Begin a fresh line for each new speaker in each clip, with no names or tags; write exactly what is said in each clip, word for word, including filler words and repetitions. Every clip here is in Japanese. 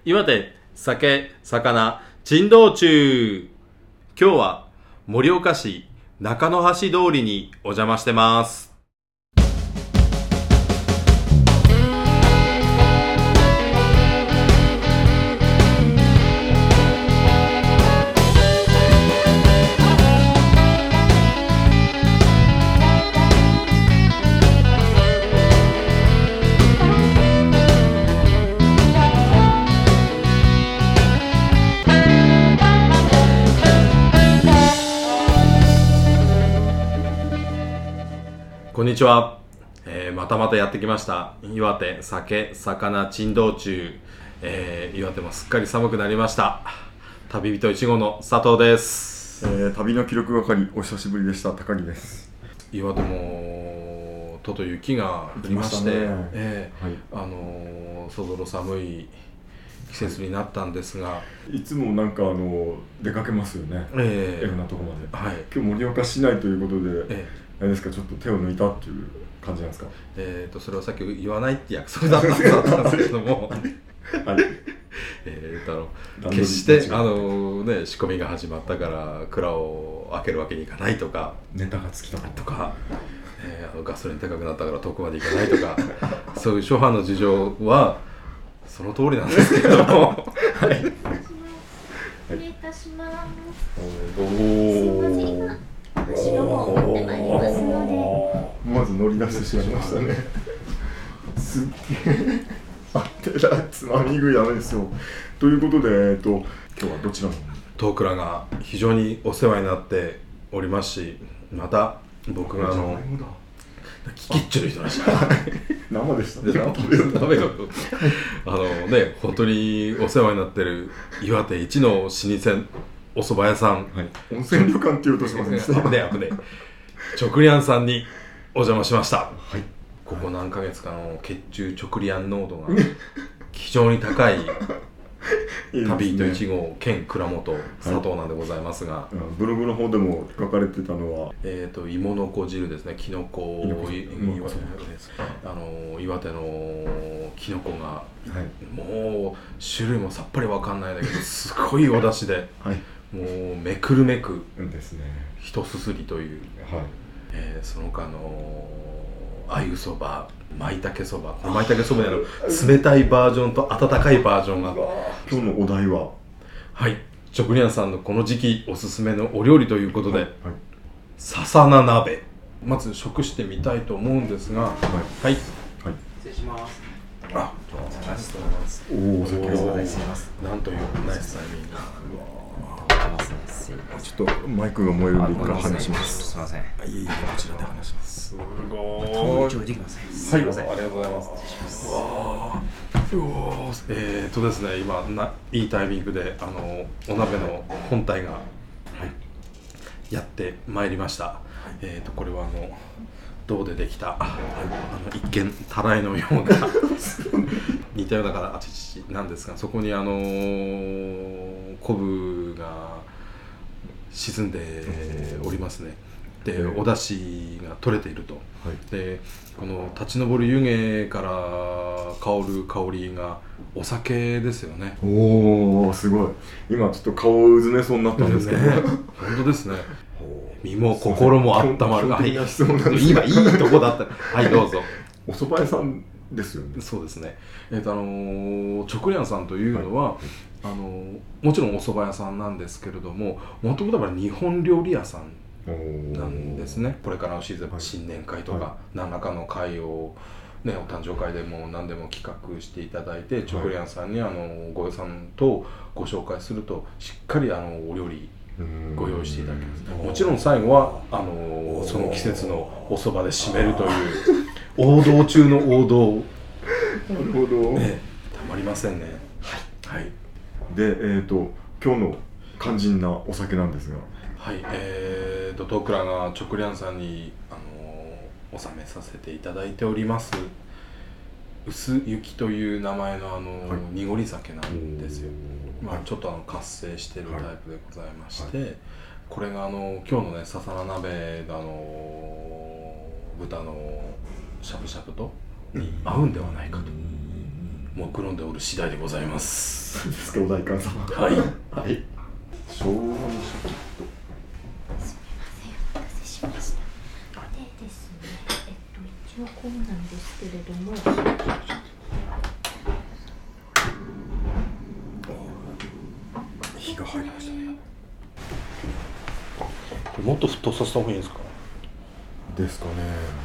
岩手酒魚珍道中。今日は盛岡市中野橋通りにお邪魔してます。こんにちは、えー、またまたやってきました岩手酒魚珍道中、えー、岩手もすっかり寒くなりました。旅人いち号の佐藤です。
えー、旅の記録係お久しぶりでした。高木です。
岩手もとうとう雪が降りまして、ねえーはい、あのー、そぞろ寒い季節になったんですが、
いつもなんかあの出かけますよね、えー、いろんなとこまで、はい、今日盛岡市内ということで、えーあれですか、ちょっと手を抜いたっていう感じなんですか。
えーと、それはさっき言わないって約束だったんですけどもはい、えーとあの決してあの、ね、仕込みが始まったから蔵を開けるわけにいかないとか、
ネタが尽きた
とか、えー、あのガソリン高くなったから遠くまで行かないとかそういう諸般の事情はその通りなんですけどもはい、
失礼いたします。
お
ーすいません、私の方持ってまいりますので。
まず乗り出してしまいましたねすっげえあってだつまみ食いダメですよ。ということで、えっと、今日はどちらの
東倉が非常にお世話になっておりますし、また僕があのキッチンの人らしい
生でしたね。
食べようあのね、本当にお世話になってる岩手一の老舗お蕎麦屋さん、
はい、温泉旅館っていうとしませんでした。
危ね危ね直リアンさんにお邪魔しました。はい、ここ何ヶ月かの血中直リアン濃度が非常に高い旅人いち号兼倉本佐藤なんでございますが、はい、
ブログの方でも書かれてたのは、
えーと芋のこ汁ですね。きのこあの岩手のきのこが、はい、もう種類もさっぱりわかんないんだけどすごいお出汁で、はい、もうめくるめく
ですね、
一すすりという、はい、えー、その他のあゆそば、まいたけそば、まいたけそばにある冷たいバージョンと温かいバージョンが。
今日のお題は、
はい、直リアンさんのこの時期おすすめのお料理ということで、はいはい、ささな鍋、まず食してみたいと思うんですが、はいはい、
はい、失礼します。
あ、
おはようございます。
おお、お酒を
なんというナイスタイミング。
ちょっとマイクが燃えるんで一回話します。
すみません。
いえいえ、こちらで話します。
すごーい。
一応できます。
はい、ありがとうございます。うわー、うわー、えーとですね、今ないいタイミングであのお鍋の本体が、はい、やってまいりました。えーとこれはあの銅でできた、あの一見たらいのような似たような形なんですが、そこにあの昆布が沈んでおりますね。で、お出汁が取れていると、はい、でこの立ち上る湯気から香る香りがお酒ですよね。
おお、すごい。今ちょっと顔をうずめそうになったんですけど、ね、
本当ですね。身も心も温まる。はい、今いいとこだったはい、どうぞ。
お蕎麦屋さんですよね。
そうですね。えーとあのー、直リアンさんというのは、はい、あのー、もちろんお蕎麦屋さんなんですけれども、もともとは日本料理屋さんなんですね。これからのシーズン、はい、新年会とか、はい、何らかの会を、ね、お誕生会でも何でも企画していただいて、直リアンさんにあのご予算とご紹介するとしっかりあのお料理ご用意していただきます。もちろん最後はあのその季節のお蕎麦で締めるという王道中の王道。
なるほど、
ね、たまりませんね。はい、はい、
で、えーと今日の肝心なお酒なんですが、
はい、えーと東倉が直リアンさんにあの納めさせていただいております薄雪という名前のあの、はい、濁り酒なんですよ。まあ、ちょっとあの活性しているタイプでございまして、はいはい、これがあの今日のねささな鍋があの豚のしゃぶしゃぶとに合うんではないかと目論んでおる次第でございます。
ですか、お代官様。
はい。
はい。昭和のシャキット。
すみません、お待たせしました。でですね、えっと一応こうなんですけれども、
火が入りましたね。もっと沸騰させた方がいいんですか？
ですかね。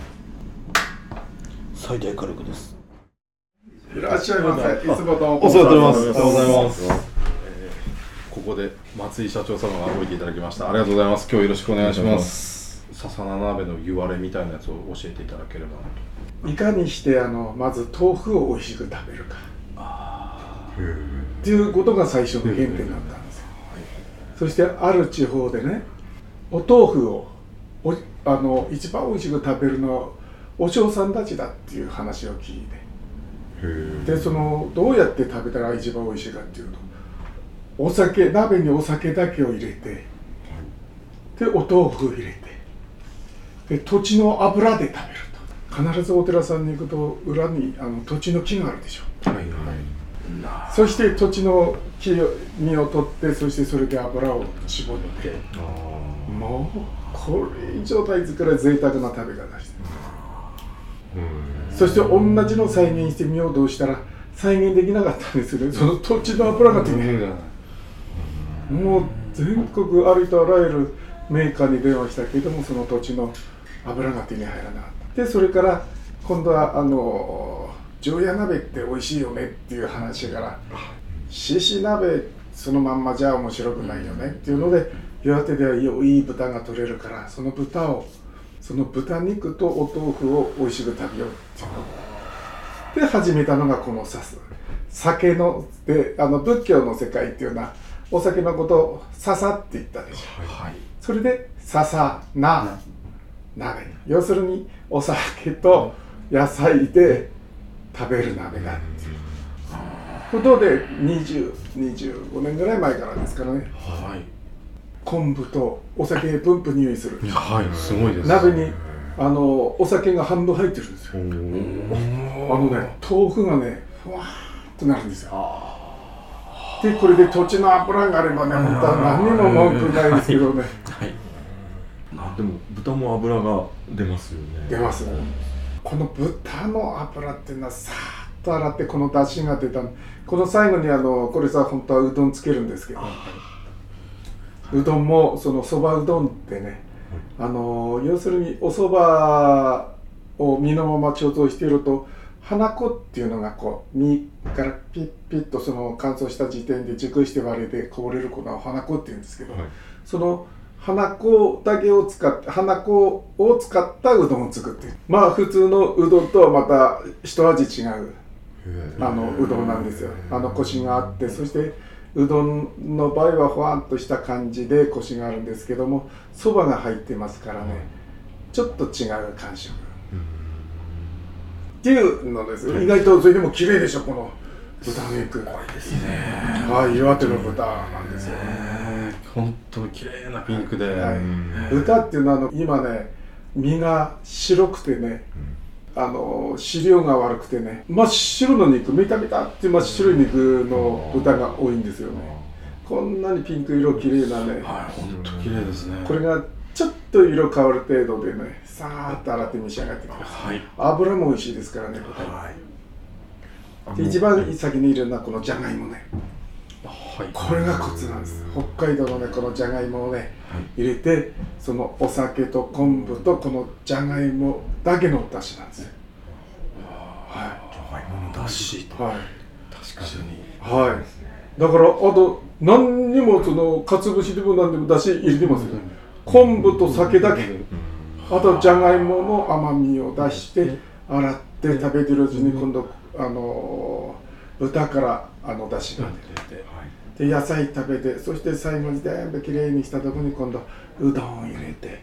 最大火力です。
いらっしゃいませ。いつもどうも
お世話になってます。ありがとうございます。
す。
えー、ここで松井社長様が降りていただきました。ありがとうございます。今日よろしくお願いします。笹菜鍋の湯割れみたいなやつを教えていただければなと。
いかにしてあのまず豆腐を美味しく食べるかっていうことが最初の原点だったんですよ。そしてある地方でね、お豆腐をおあの一番美味しく食べるのはお嬢さんたちだっていう話を聞いて、でそのどうやって食べたら一番美味しいかっていうと、お酒鍋にお酒だけを入れて、でお豆腐を入れて、で土地の油で食べると。必ずお寺さんに行くと裏にあの土地の木があるでしょ。はいはい。そして土地の木を実を取って、そしてそれで油を絞って、もうこれ以上大豆から贅沢な食べ方してる。そして同じの再現してみようとしたら再現できなかったんですよね。その土地の油が手に入らない。もう全国ありとあらゆるメーカーに電話したけども、その土地の油が手に入らなかった。でそれから今度はあの常夜鍋って美味しいよねっていう話から、しし鍋そのまんまじゃ面白くないよねっていうので、岩手ではいい豚が取れるから、その豚をその豚肉とお豆腐を美味しく食べようっていうので始めたのがこのさす酒ので、あの仏教の世界っていうのはお酒のことを笹って言ったでしょ、はい、それで笹な鍋、要するにお酒と野菜で食べる鍋だっていうことでにじゅう、にじゅうごねんぐらい前からですからね、はい、昆布とお酒分布入院する。
はい、すごいです。
鍋にあのお酒が半分入ってるんですよ。あのね、豆腐がね、ふわーっとなるんですよ。で、これで土地の油があればね、本当は何にも文句ないですけどね。はい。
でも豚も油が出ますよね。
出ます。この豚の油っていうのはさーっと洗ってこの出汁が出た。この最後にあのこれさ本当はうどんつけるんですけど。うどんもそのそばうどんってね、あの要するにおそばを身のまま貯蔵していると、花粉っていうのがこう身からピッピッとその乾燥した時点で熟して割れてこぼれる粉を花粉っていうんですけど、はい、その花粉だけを使って花粉を使ったうどんを作っている。まあ普通のうどんとはまた一味違うあのうどんなんですよ。あのコシがあって、そしてうどんの場合はふわんとした感じでコシがあるんですけども、そばが入ってますからね、ちょっと違う感触っていうのです。意外とそれでも綺麗でしょ、この豚肉。
怖いですね。
はい、岩手の豚なんですよね。
本当に綺麗なピンクで、
はい、豚っていうのはあの今ね、身が白くてね、あの飼料が悪くてね、真っ白の肉、メタメタって真っ白い肉の豚が多いんですよね。こんなにピンク色綺麗なね、
はい、本当綺麗ですね。
これがちょっと色変わる程度でね、さーっと洗って召し上がってください。はい、油も美味しいですからね、豚は。はい、で一番先に入れるのはこのじゃがいもね。はい、これがコツなんです。北海道のね、このじゃがいもをね、はい、入れて、そのお酒と昆布とこのじゃがいもだけのお出汁なんですよ。はい。
じゃがいもの出汁。はい。確かに。
はい。だからあと何にもそのかつぶしでも何でも出汁入れてますよね。昆布と酒だけ。あとじゃがいもの甘みを出して洗って食べてるうちに今度あの豚からあの出汁が出て。で野菜食べて、そして最後に全部きれいにしたところに今度うどんを入れて、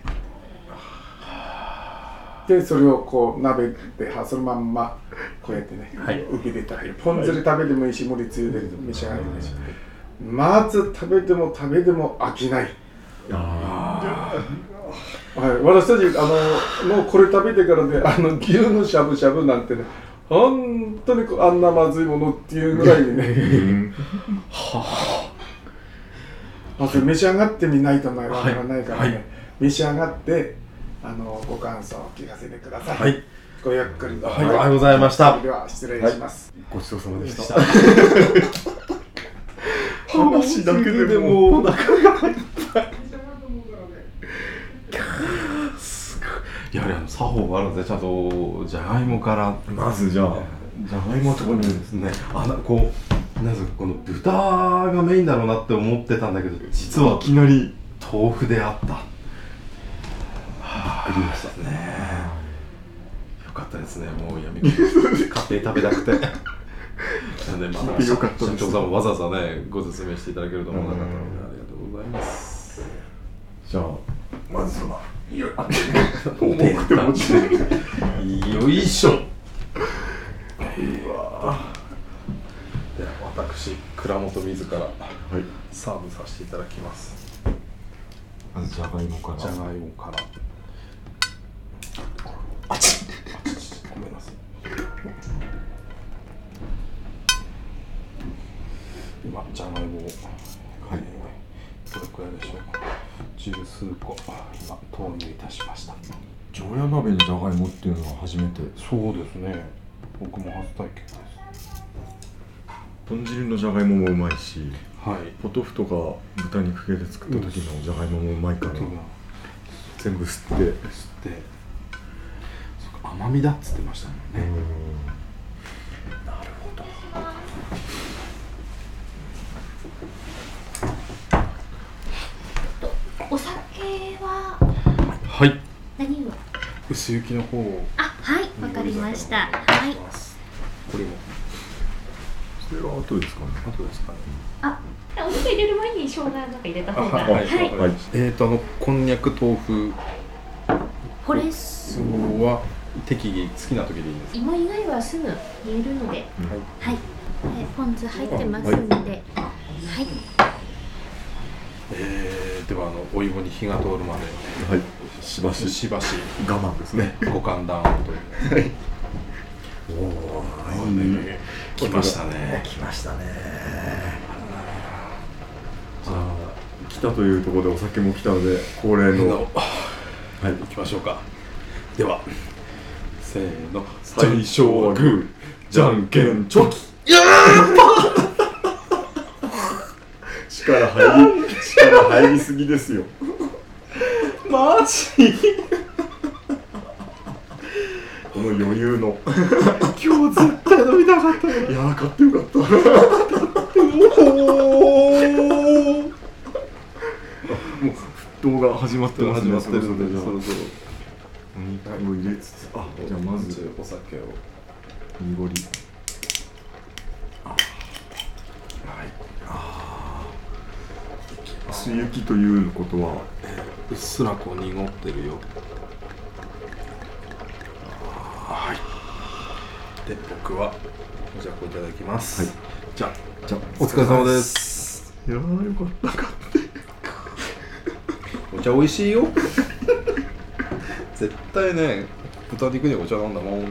でそれをこう鍋でそのまんまこうやってね、はい、受けで食べる。ポン酢で食べてもいいし、盛りつゆで召し上がってもいいし、まず食べても食べても飽きない。はい、私たちあのもうこれ食べてからね、あの牛のしゃぶしゃぶなんてね、 本当にこうあんなまずいものっていうぐらいにね
は
まず召し上がってみないとわからないからね、
はいはい、
召し上がってあのご感想を聞かせてください。
はい、
ごゆっくりと。
はい、ありがとうございました。
では失礼します。
ごちそうさまでした。
で
話だけでも
もうお腹が入った。やはりあの作法があるんですね。ちゃんとじゃがいもから
まずじゃあじゃがいもとかにですね、
あなこうなんですか、この豚がメインだろうなって思ってたんだけど、実はい
きなり
豆腐であった。びっくりましたね。よかったですね。もうやみく買って食べたくて。なんでまあ
よかったです。
社長さんもわざわざねご説明していただけると思わなかったのでありがとうございます。
じゃあまずは
よ
重くて持ちない
よいしょ。
うわ
では私倉本自ら
はい
サーブさせていただきます。
まずじゃがいもから
じゃがいもから。
あち
ごめんなさい。今じゃがいもを、はい、どれくらいでしょう。十数個今投入いたしました。
常夜鍋にじゃがいもっていうのは初めて。
そうですね。僕も初体験です。
豚汁のじゃがいももうまいし、
はい。
ポトフとか豚肉系で作った時のじゃがいももうまいから、
うん、
全部吸って
吸ってそっか甘みだっつってましたもんね。なるほど。
お酒は
はい。
何を？
薄雪の方を。
あ、はい、わかりました。はい。
これも。
それは後ですかね。
後ですかね。
あ、お肉入れる前に生姜なんか入れた方が。
はい。
はい。
はい、
えっとあのこんにゃく豆腐。
ほれん草
は適宜好きな時でいいんですか。
芋以外はすぐ煮えるので、
はい。
はい。えポン酢入ってますので、はい。
えー、ではあのお芋に火が通るまで。
はい、しばし
しばし
我慢ですね。
ご歓談をという。
はい。
おお、ね、来ましたね。
来ましたね。じゃあ来たというところでお酒も来たので恒例の、
はい、行きましょうか。ではせーの、
最初はグー、じゃんけんチョキ。力入り力入りすぎですよ。
マジ
この余裕の
今日絶対飲みたかったよ。
いやー買ってよかった。
おお、もう
沸騰が始まってますね。
始まってるので、
そろそろ
そろそろ
お肉を入れつつ、あ、じゃあまず
お酒を。
濁り。
はい。
薄雪ということは、
うっすらこう濁ってるよ。はい。で、僕はおじゃこいただきます。
はい。
じゃあ、
じゃあ
お疲れ様です。
いやーよかった買って。
お茶美味しいよ。絶対ね、豚肉にお茶なんだもん。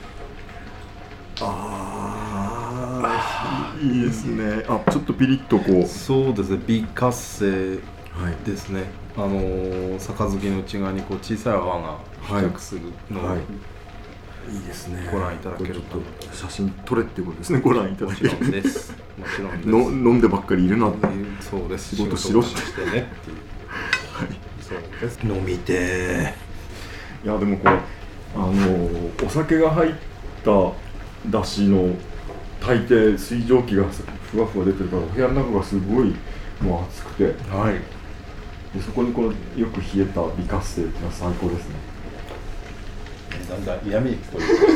ああ、いいですね。あ、ちょっとピリッとこう。
そうですね、微活性
はい
ですね。あのー、杯の内側にこう小さい泡が付着するのを、
はいいいですね。
ご覧いただけると。
ちょっと写真撮れっていうことですね。ご覧いただ
も
ける。
ちろんです。もちろんです。
の飲んでばっかりいるなって。
そうです。
仕事しろって
仕事してねっていう。そうです。飲みて
いやでもこうあのお酒が入っただしの大抵水蒸気がふわふわ出てるからお部屋の中がすごいもう暑くて、
ー。はい。
でそこにこのよく冷えた微活性っていうのは最高ですね。
だんだん嫌味に聞こえる。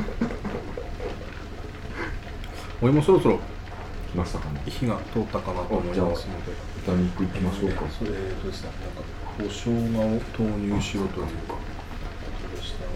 お芋そろそろ
来ましたかね。
火が通ったかなと思いますので。
豚肉いきましょうか。
それとですね、なんかお生姜を投入しようというかことでしたの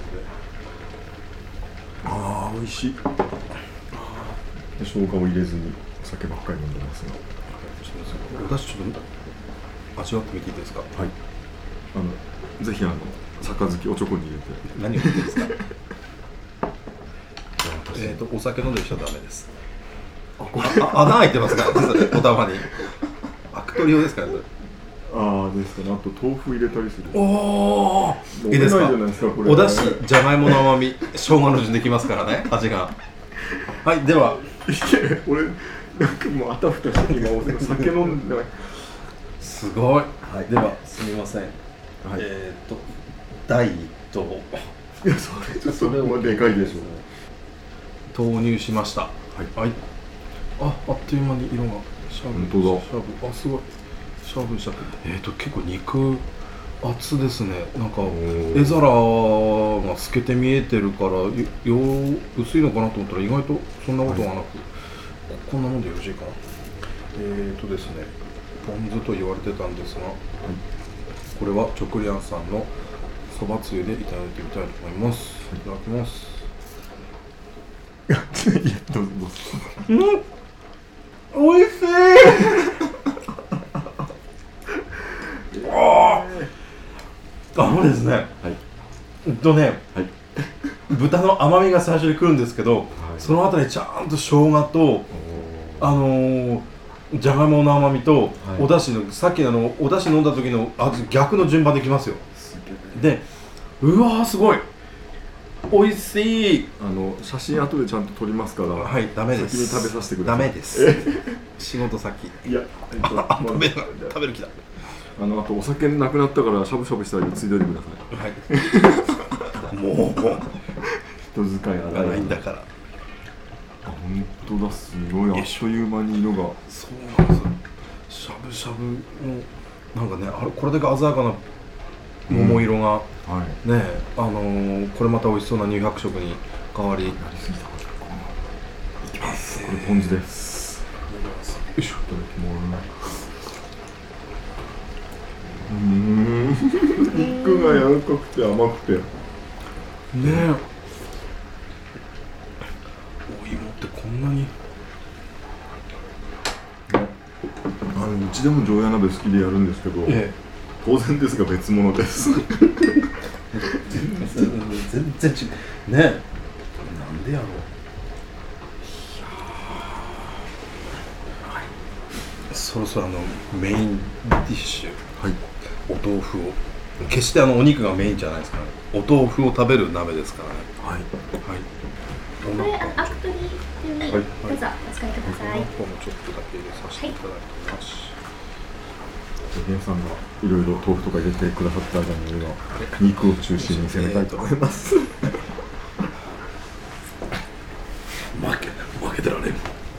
で。
ああ美味しい。で生姜を入れずにお酒ばっかり飲んでますが。
お出汁ちょっと味わってみていいですか。
はい。あのぜひあの杯おちょこに入れて。
何を言ってるんですか。
私
えっとお酒飲んでる人はダメです。
あこれ
あ穴開いてますから実はお玉にアクトリオですからね。
ああですかね。あと豆腐入れたりする。
おおいいですか。
飲めないじゃないですかこれ。
おだし、じゃがいもの甘み、生姜の順できますからね、味が。はい、では、
いや俺なんかもうあたふたして今酒飲んでない。
すごい。はい、では、すみません。
はい、
えっ、ー、と、大と、
いやそれちょっとそれはでかいでしょう。
投入しました。はい。はい、あ、あっという間に色がしゃぶ。
本当だ。
しゃぶ、あ、すごい。しゃぶしゃぶ。えっ、ー、と、結構肉厚ですね。なんか絵皿が透けて見えてるから、よ薄いのかなと思ったら意外とそんなことはなく、はい、こんなもんでよろしいかな。えっ、ー、とですね、ポン酢と言われてたんですが、はい、これはチョクリアンさんのそばつゆでいただいてみたいと思います。いただきます。
いやどうぞどうぞ。
うん、おいしい。ああのですね、はい、えっとね、はい、豚の甘みが最初に来るんですけど、はい、その後にちゃんと生姜とあのー、じゃがいもの甘みと、はい、おだしのさっきあのおだし飲んだ時の味逆の順番できますよ。で、うわーすごい美味しい。
あの写真後でちゃんと撮りますから。
はい、ダメです。
先に食べさせてください。
ダメです。仕事先。
いや、えっと、
あ、食べる食べる気だ。
あのあとお酒なくなったからしゃぶしゃぶしたらついておいてくださ
い。はい。もう人
使い
がないんだから。
あ、本当だ、すごいあっという間に色が。
そうなんです。しゃぶしゃぶのなんかね、あれこれだけ鮮やかな桃色が、うん、はい、ね、あのー、これまた美味しそうな乳白色に変わり。なりすぎた。いきます。
これポン酢です。よいしょ。いただきます。うーん肉が柔らかくて甘くてね
え、お芋ってこんなに。
あのうちでも常夜鍋好きでやるんですけど、ええ、当然ですが別物です
全然違うねえ、なんでやろう。そろそろあのメインディッシュ、はい、お豆腐を、決してあのお肉がメインじゃないですからね、お豆腐を食べる鍋ですからね。はい、はい、
これアクトリーに、はい、どうぞお使いください。
ここもちょっとだけ入れさせていただきます。
皆さんがいろいろ豆腐とか入れてくださった間に今肉を中心に攻めたいと思います。負
け負けてられん。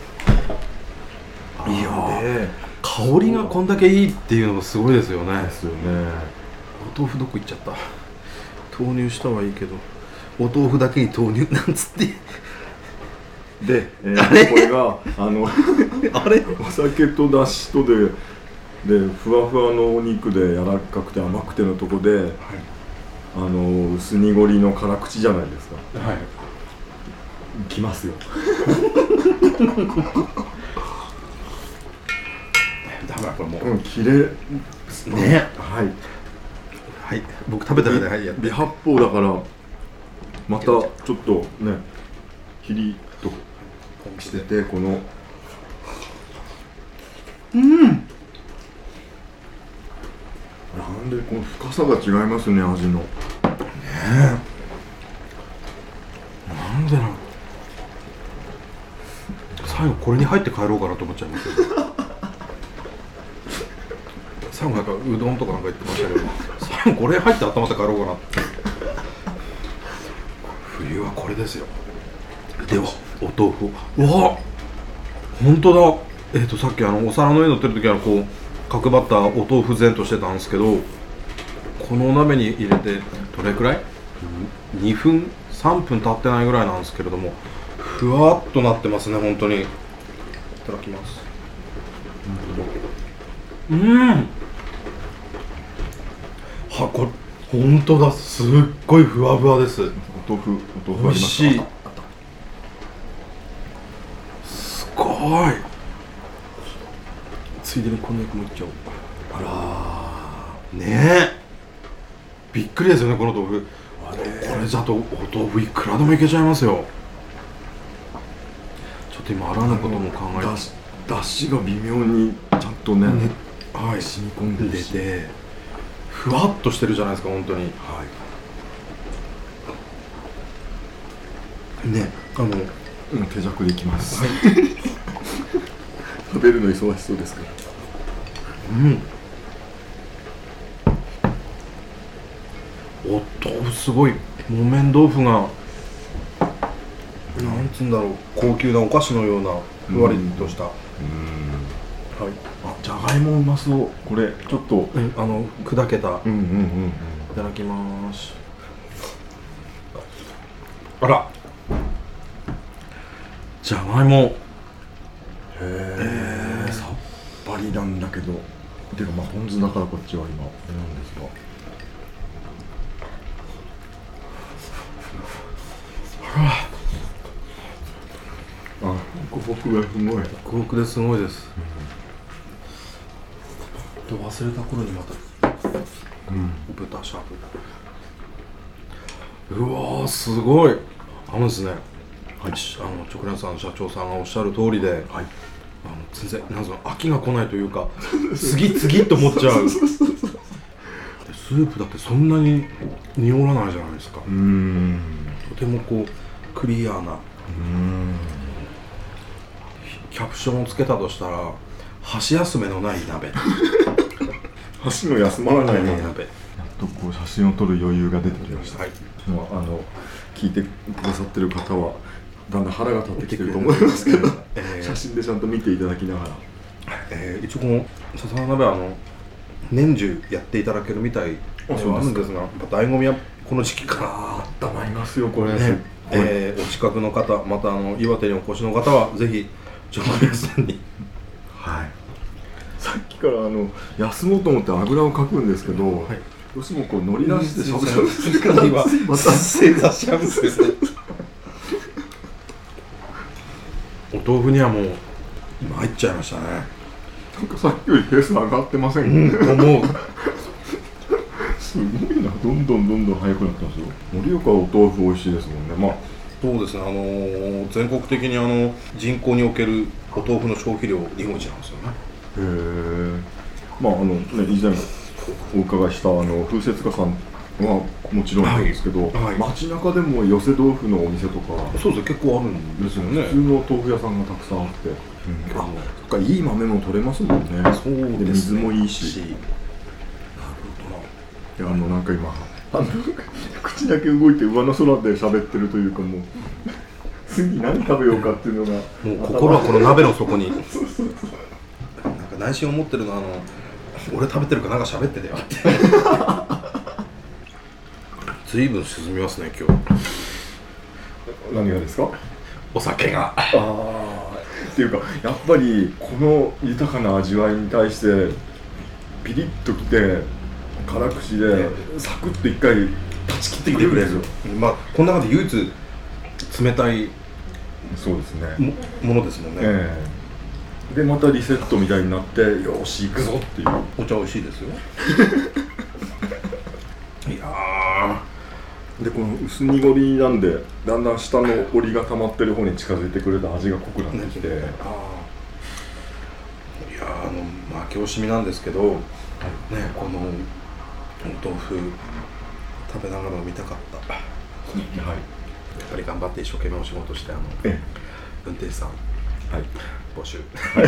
いやー、香りがこんだけいいっていうのもすごいですよね。
ですよね。
お豆腐どこ行っちゃった。投入したはいいけど、お豆腐だけに投入なんつって。
で、えー、これがあの
あれ
お酒とだしとででふわふわのお肉で柔らかくて甘くてのとこで、はい、あの薄濁りの辛口じゃないですか。はい。きますよ。
だからこれもう、
うん、きれい
ね。
はい。
はい。僕食べたらね、はい、やって。
微発泡だからまたちょっとね、キリッとしてて、この
うん。
なんでこの深さが違いますね、味の。ね
え。なんでなの。最後これに入って帰ろうかなと思っちゃいますけど。最後なんかうどんとかなんか言ってましたけど、最後これ入って頭まって帰ろうかなって。冬はこれですよ。ではお豆腐を、うわ、本当だ。えっとさっきあのお皿の上に乗ってる時はこう角張ったお豆腐前としてたんですけど、このお鍋に入れてどれくらいにふんさんぷん経ってないぐらいなんですけれども、ふわっとなってますね、本当に。いただきます。うん、は、これ本当だ、すっごいふわふわです。
お豆腐、お豆腐ありますか？
美味しい。すごい。ついでにこんにゃくもいっちゃおう。あらー、ねえ、びっくりですよね、この豆腐。これじゃとお豆腐いくらでもいけちゃいますよ。 と今あらぬことも考えて
だしだしが微妙にちゃんとね、
ね、はい、
染み込んでる
出
して
ふわっとしてるじゃないですか本当に。
はい
ね、あの
もう手酌できます、はい、食べるの忙しそうですから
うんお豆腐すごい木綿豆腐がなんつうんだろう高級なお菓子のようなふわりとした、うんはい、
あじゃがいもうまそう。これちょっと、
うん、あの砕けた、
うんうんうんうん、
いただきます。あらじゃがいも
へえさっぱりなんだけどていうかまあポン酢だからこっちは今なんですか。あ、ホクホクがすごい。
ホクホクですごいです。と忘れた頃にまた、うん、豚しゃぶ。うわーすごい。あのですね、はい、あのチョコレートさんの社長さんがおっしゃる通りで、はい、あの全然なんぞ飽きが来ないというか、次々と思っちゃう。スープだってそんなに濁らないじゃないですか。うーんとてもこうクリアな。うーんキャプションをつけたとしたら箸休めのない鍋
箸の休まらない鍋。
鍋
やっとこう写真を撮る余裕が出てきました、はい、もうあの聞いてくださってる方はだんだん腹が立ってきてると思いますけど、えー、写真でちゃんと見ていただきながら、
えー、一応この笹の鍋はあの年中やっていただけるみたいではあるんですが、やっぱ醍醐味はこの時期から
あったまりますよこれ、
ねえー、お近くの方またあの岩手にお越しの方はぜひチョコレートさんに
はいさっきからあの休もうと思ってあぐらをかくんですけど、はい、どうしてもこう乗り出してしゃぶしゃぶするから
今また正座しちゃうんですよねお豆腐にはもう今入っちゃいましたね。
なんかさっきよりペース上がってませんか、うん、
思う
すごいな、どんどんどんどん速くなってますよ。盛岡はお豆腐美味しいですもんね。まあ
そうですね、あのー、全国的にあの人口におけるお豆腐の消費量日本一なんですよね。
へえ。まああのね以前お伺いしたあの風雪家さんはもちろんなんですけど、はいはい、街中でも寄せ豆腐のお店とか
そうですね結構あるんですよね。
普通の豆腐屋さんがたくさんあって、うん、あそっかいい豆も取れますもんね。
そうですね。
で水もいいし。
なる
ほどな。いやあのなんか今あの口だけ動いて上の空で喋ってるというかもう次何食べようかっていうのが
もう心はこの鍋の底になんか内心思ってるのはあの俺食べてるかなんか喋ってたよって随分沈みますね今日。
何がですか？
お酒が。
ああっていうかやっぱりこの豊かな味わいに対してピリッときて辛口でサクッと一回断ち切ってきてくれるんですよ。
まあこの中で唯一冷たい
そうですね
も, ものですもんね、
えー、でまたリセットみたいになってよし行くぞっていう。
お茶美味しいですよいや
ーでこの薄濁りなんでだんだん下の折りが溜まってる方に近づいてくれた味が濃くなってきて、ね、あ
いやーあの負け惜しみなんですけど、はい、ねこのお豆腐食べながら見たかった、はい、やっぱり頑張って一生懸命お仕事してあの
ええ
運転手さん、はい、募集、
はい、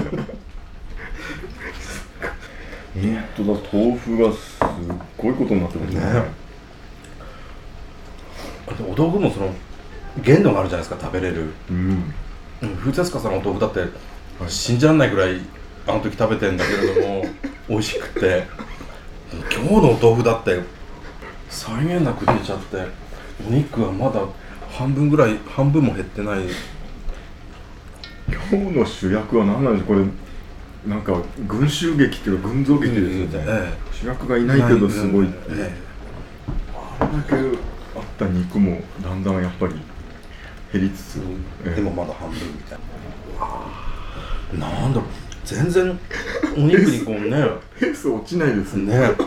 本当だ豆腐がすっごいことになってますね。ね
お豆腐もその限度があるじゃないですか食べれる、うん、風雪家さんのお豆腐だって、はい、信じられないぐらいあの時食べてんだけれども美味しくて今日のお豆腐だって際限なく出ちゃってお肉はまだ半分ぐらい半分も減ってない。
今日の主役は何なんでしょうこれ。なんか群衆劇っていうか群像劇ですよね、うんええ、主役がいないけどすごいっていう、ええ、あんだけあった肉もだんだんやっぱり減りつつ、うん
ええ、でもまだ半分みたいな。なんだろう全然お肉にこうね
ペース落ちないですね。
ね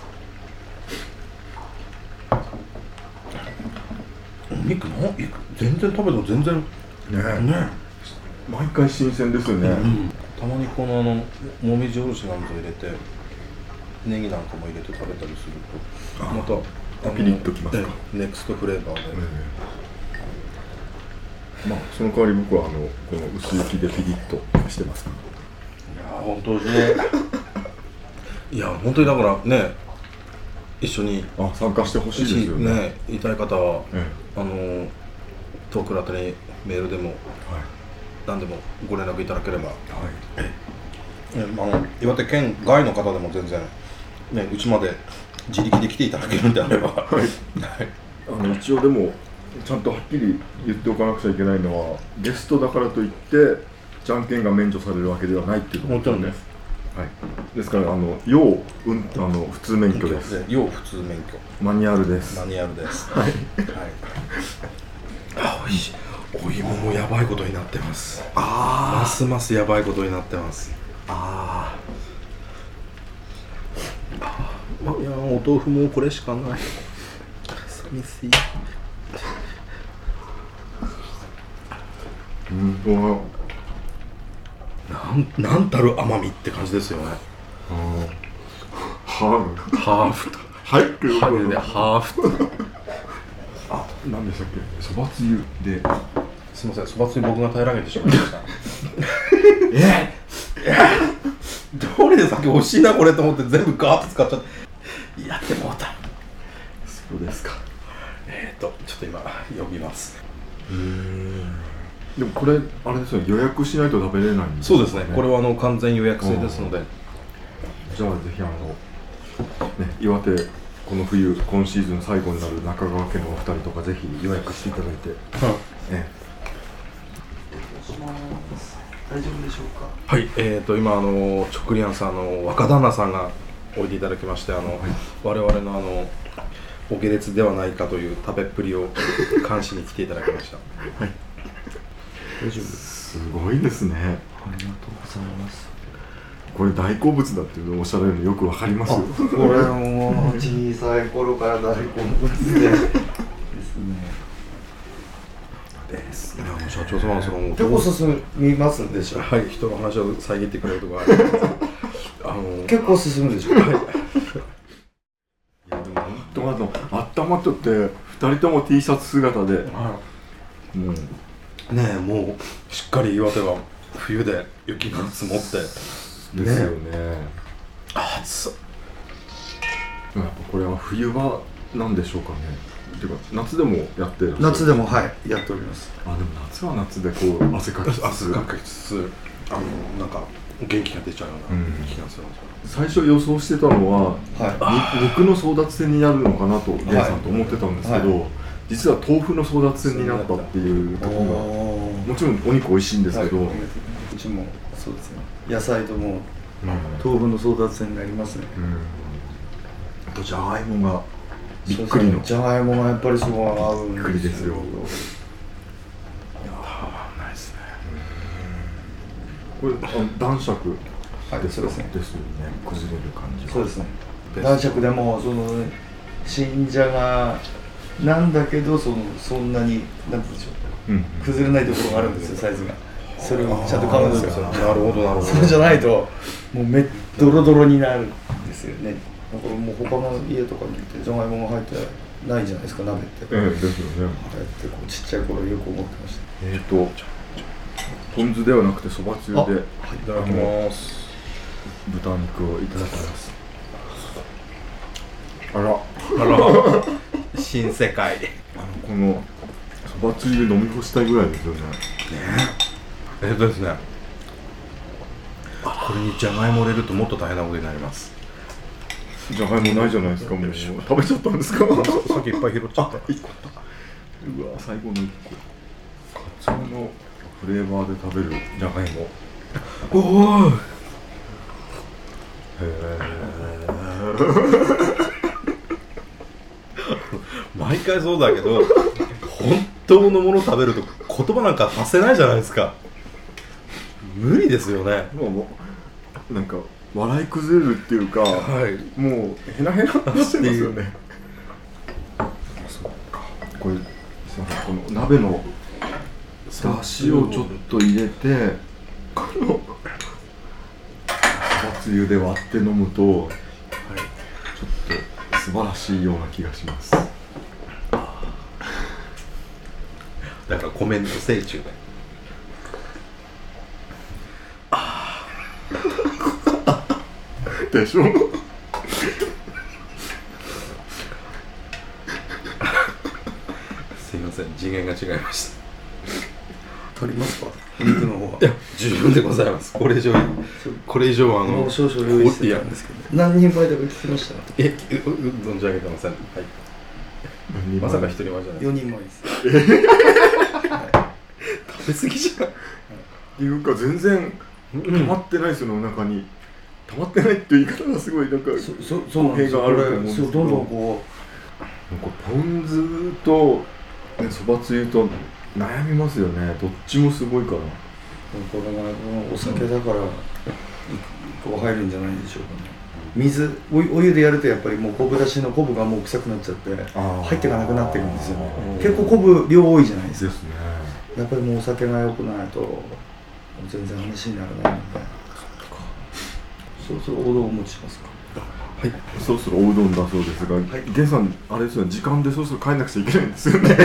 お肉の全然食べても全然
ね
ね
毎回新鮮ですよね、
うん、たまにこのあのもみじおろしなんか入れてネギなんかも入れて食べたりするとまた
ピリッときますか。
ネクストフレーバーで、
うん、まあその代わり僕はあのこの薄焼きでピリッとしてます。
いや本当ですねいや本当にだからね一緒に
あ参加してほしいですよね。
ね言いたい方は、
え
あのトークラテにメールでも、はい、何でもご連絡いただければ、はいえまあ、岩手県外の方でも全然ねうちまで自力で来ていただけるんであれば、はいはい、
あの一応でもちゃんとはっきり言っておかなくちゃいけないのはゲストだからといってじゃんけんが免除されるわけではないっていうことですね。はい、ですからあの要、うん、あの普通免許です。
要普通免許
マニュアルです。
マニュアルです。はい。はい。あ、美味しい。お芋もやばいことになってます。ああ。ますますやばいことになってます。ああ。まいやお豆腐もこれしかない。寂しい。
うんと。
なんなんたる甘みって感じですよね。
ハーフ
ハーフと
はい
ハゲでハーフと
あ、何でしたっけそばつゆで。
すみません、そばつゆ僕が平らげてしまいました
え
っどれで先欲しいなこれと思って全部ガーッと使っちゃってやってもうた。
そうですか。
えーとちょっと今呼びます。
うーんでもこれあれですよね、予約しないと食べれないんです
か、ね、そうですね、これはあの完全予約制ですので、
じゃあぜひあの、ね、岩手この冬今シーズン最後になる中川家のお二人とかぜひ予約していただいて、うんね、
大丈夫でしょうか。
はい、えーと今あの直リアンさんの若旦那さんがおいでいただきましてあの、はい、我々のあのお下劣ではないかという食べっぷりを監視に来ていただきました。はい
大丈夫すごいですね。
ありがとうございます。
これ大好物だっていうのをおっしゃられるのよくわかりますよ。
これも小さい頃から大好物でですね。
ですね。社長様のその
結構進みますんでしょう。
はい、人の話を遮ってくれるところがあります。あの
結構進むでしょう。はい。いやでも
本当あのあったまっとってふたりとも T シャツ姿で、はい、もう。
ねえもうしっかり岩手は冬で雪が積もって
ですよね。
暑っ。
やっぱこれは冬場なんでしょうかね。ていうか夏でもやってる。
夏でもはいやっております。
あでも夏は夏でこう汗かきつつ
汗かきつつあのなんか元気が出ちゃうような気がするんですよ。
最初予想してたのは、はい、肉の争奪戦になるのかなとゲイさんと思ってたんですけど。はいはい実は豆腐の争奪戦になったっていうところがもちろんお肉美味しいんですけど、
はい、うちもそうですね野菜とも豆腐の争奪戦になりますね、うん、
あとじゃがいもがびっくりの
じゃがいもがやっぱりすごい合うん
びっくりですよ。いや
たまんないですね。
これあの男爵
はいそうですね
ですよね。崩れる感じが
そうですね男爵でもその新じゃがなんだけどそのそんなになんて言うんでしょう、うん、崩れないところがあるんですよサイズが。それをちゃんと買うんですよ。
なるほどなるほど。
それじゃないともうめドロドロになるんですよね。だからもう他の家とかに行ってじゃがいもが入ってないじゃないですか鍋って。
ええですよね。
あれってこうちっちゃい頃よく思ってました。
えっとポン酢ではなくてそばつゆで、はい、い
ただきます。
豚肉をいただきます。あら
あら新世界。
あのこのそばつゆで飲み干したいぐらいですよね。ね
ええっとですね。これにじゃがいも入れるともっと大変なことになります。
じゃがいもないじゃないですか。もう食べちゃったんですか。
さっきいっぱい拾っちゃった。
いっこうわ最後のいっこ。カツオのフレーバーで食べるじゃがいも。
おお。へ
え。
毎回そうだけど本当のもの食べると言葉なんか発せないじゃないですか。無理ですよね。
もうなんか笑い崩れるっていうか、はい、もうヘナヘナってしてますよね。そうか。これすみませんこの鍋のだしをちょっと入れてこのそばつゆで割って飲むと、はい、ちょっと素晴らしいような気がします。
だからコメント成虫で
でしょ
すいません、次元が違いました。
取りますか、肉の方は。
いや、十分でございます。これ以上これ以上あの
もう少々用意してたんですけど、何人前だか聞きました？
え、存じ上げてません。はい、まさか一人前じゃない。
よにんまえです。
はい、食べ過ぎじゃない。
っていうか全然溜まってないですよね、お腹に。溜まってないっていう言い方がすごいなんか
そそそうなんですよ。
語弊があると思うんですけど、
どんどんこ
うなんかポン酢とそばつゆと悩みますよね。どっちもすごいから。
これがお酒だからこう入るんじゃないでしょうかね。水 お, お湯でやるとやっぱりもう昆布だしの昆布がもう臭くなっちゃって入っていかなくなってくるんですよね。結構昆布量多いじゃないですか。
ですね。
やっぱりもうお酒が良くないと全然話にならないので、そろそろおうどんお持ちしますか。
はい、そろそろおうどんだそうですが、はい、ゲンさんあれですよね、時間でそろそろ帰んなくちゃいけないんですよね。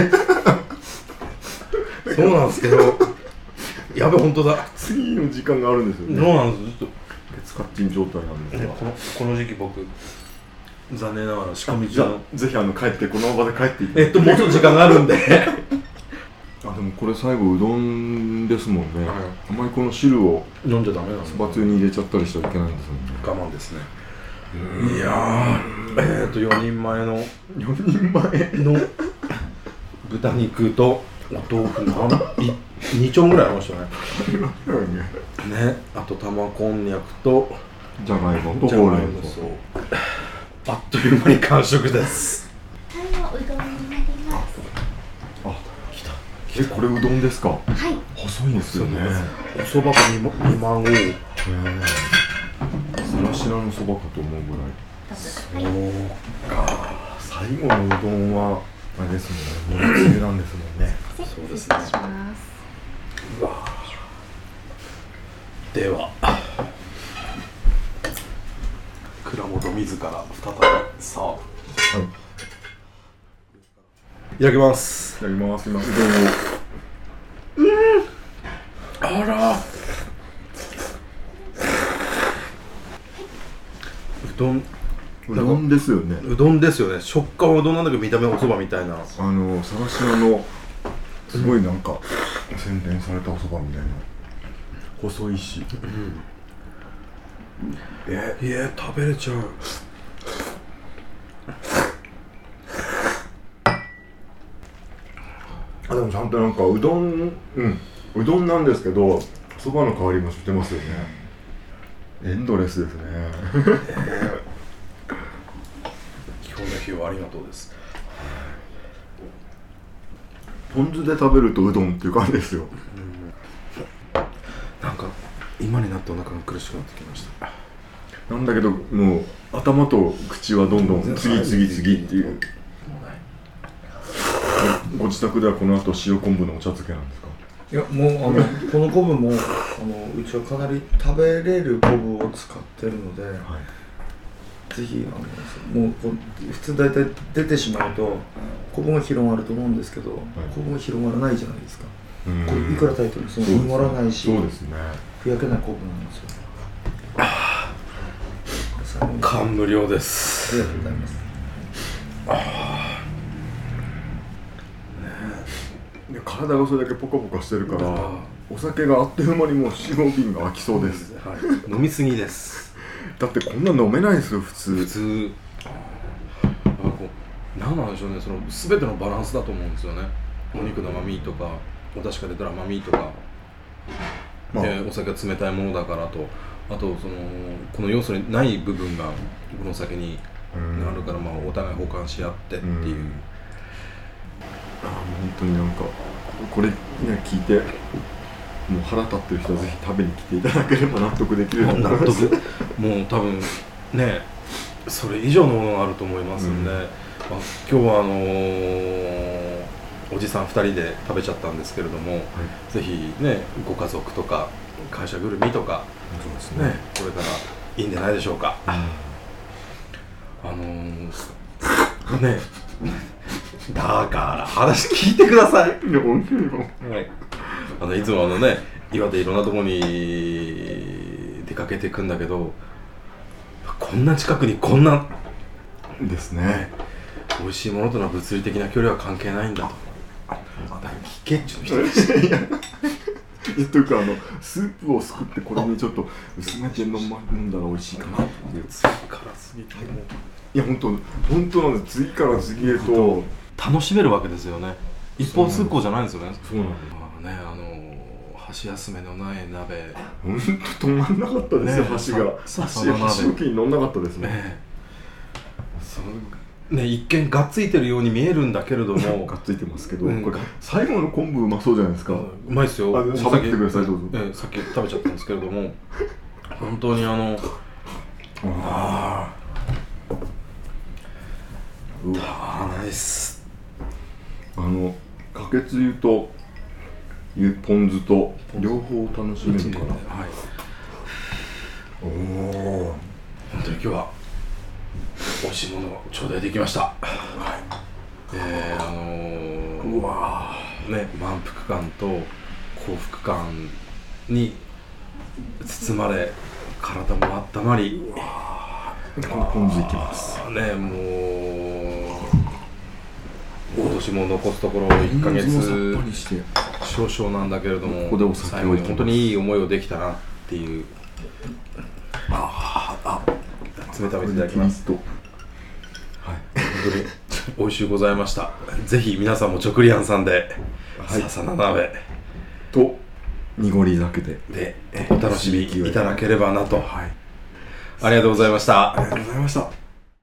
そうなんですけど、やべ、本当だ。
次の時間があるんですよね。
そうなんです。ずっと
別カッチン状態なんですが、
このこの時期僕残念ながら仕込み中の。
ぜひあの帰ってこの場で帰っていただいて。
えっともうちょっと時間があるんで。
あ、でもこれ最後うどんですもんね。
はい、
あまりこの汁を
飲んじゃダメなんです。
そばつゆに入れちゃったりしちゃいけないんですもんね。
我慢ですね。いやー、えっとよにんまえのよ
にんまえ
の豚肉とお豆腐のに丁ぐらいありましたね。ね、あと玉こんにゃくと
じゃがいもと
ほうれん草。あっという間に完食です。
はい、おうどんになります。
あ、来た。え、これうどんですか。
はい。
細いですよね。
お蕎麦かにまごう。
さらしなのそばかと思うぐらい。
そうか。最後のうどんは
あれですもんね。盛りつゆなんですもんね。
そうですね。うわ。では倉本自ら再びさあ、はい、いただきます。
いただきます。今うどんを。
うん。あら。うどん。
うどんですよね。
うどんですよね。食感はうどんなんだけど見た目はお蕎麦みたいな。
あのさらしなのすごいなんか、うん、洗練されたお蕎麦みたいな。細いし。うん、
え、いや食べれちゃう。
あ、でもちゃんとなんかうどん、うん、うどんなんですけど、蕎麦の香りもしてますよね。エンドレスですね。
えー、今日の日はありがとうです。
ポン酢で食べるとうどんっていう感じですよ。うん、
なんか今になってお腹が苦しくなってきました。
なんだけどもう頭と口はどんどん次々次っていう。ご自宅ではこの後塩昆布のお茶漬けなんですか。
いや、もうあのこの昆布もあのうちはかなり食べれる昆布を使ってるので、はい、ぜひあのもうこ普通大体出てしまうと昆布が広がると思うんですけど、はい、昆布が広がらないじゃないですか。これいくら炊いてもその濁らないし、
そうですね、
ふやけない昆布なんですよ。
ああ、感無量です。
ありがとうございます。
あね、体がそれだけポカポカしてるからお酒があっという間にもうよん瓶が空きそうです、
はい、飲みすぎです。
だってこんな飲めないですよ普通。
普通あこう何なんでしょうね、その全てのバランスだと思うんですよね。お肉の甘みとかお出汁が出たら甘みとか、まあ、でお酒が冷たいものだからと、あとそのこの要素にない部分がこのお酒になるから、まあ、お互い補完し合ってっていう、うん、
あ本当になんかこれ、ね、聞いてもう腹立ってる人はぜひ食べに来ていただければ納得できると思います。納得
もう多分ねそれ以上のものがあると思いますんで、うん、まあ、今日はあのー、 おじさんふたりで食べちゃったんですけれども、はい、ぜひねご家族とか会社ぐるみとか、そうですね、ね、これからいいんじゃないでしょうか。うん、あのー、ねだから話聞いてください。いや本当にもう、はい、あのいつもあのね岩手いろんなところに出かけていくんだけど、こんな近くにこんな
ですね、
美味しいものとの物理的な距離は関係ないんだと。また聞けっちゅう人でした。
いやというかあのスープをすくってこれにちょっと薄めて飲んだら美味しいかなっていう。
次から次へとも
いや本当本当なんです。次から次へと
楽しめるわけですよね。一方通行じゃないんですよね。
そうなんです。
まあね、あの箸休めのない鍋。
本当止まんなかったですよ、箸が。箸箸置きに乗んなかったですね。ね
そのね、一見がっついてるように見えるんだけれども
がっついてますけど、うん、これ最後の昆布うまそうじゃないですか。う
まいですよ。
喋ってくださいどうぞ。
ええ、さっき食べちゃったんですけれども本当にあのああうわナイス。
あのかけつゆとポン酢と両方楽しめるから、はい、
おお本当に今日は美味しいものを頂戴できました。はい、えー、あのー、うわね、満腹感と幸福感に包まれ体も温まり、うわ
このポン酢いきます
ね。もう今年も残すところいっかげつ少々なんだけれども、
ここでお酒を
最後に本当にいい思いをできたなっていう。ああ冷たい水いただきます。はい、本当に美味しゅうございました。ぜひ皆さんも直リアンさんで、はい、笹菜鍋
と濁り酒で
でお楽しみいただければなと、はい、ありがとうございました。
ありがとうございました。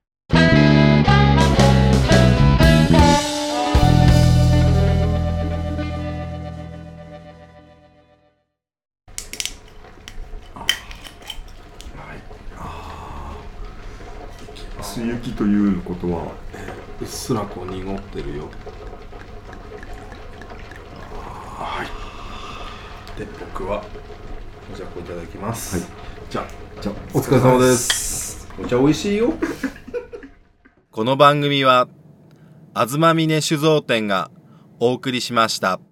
薄雪ということは、
うっすらこう濁ってるよ。はい。で僕はお茶をいただきます。はい。じゃあ、じゃあお疲れ様です。お茶美味しいよ。
この番組は東峰酒造店がお送りしました。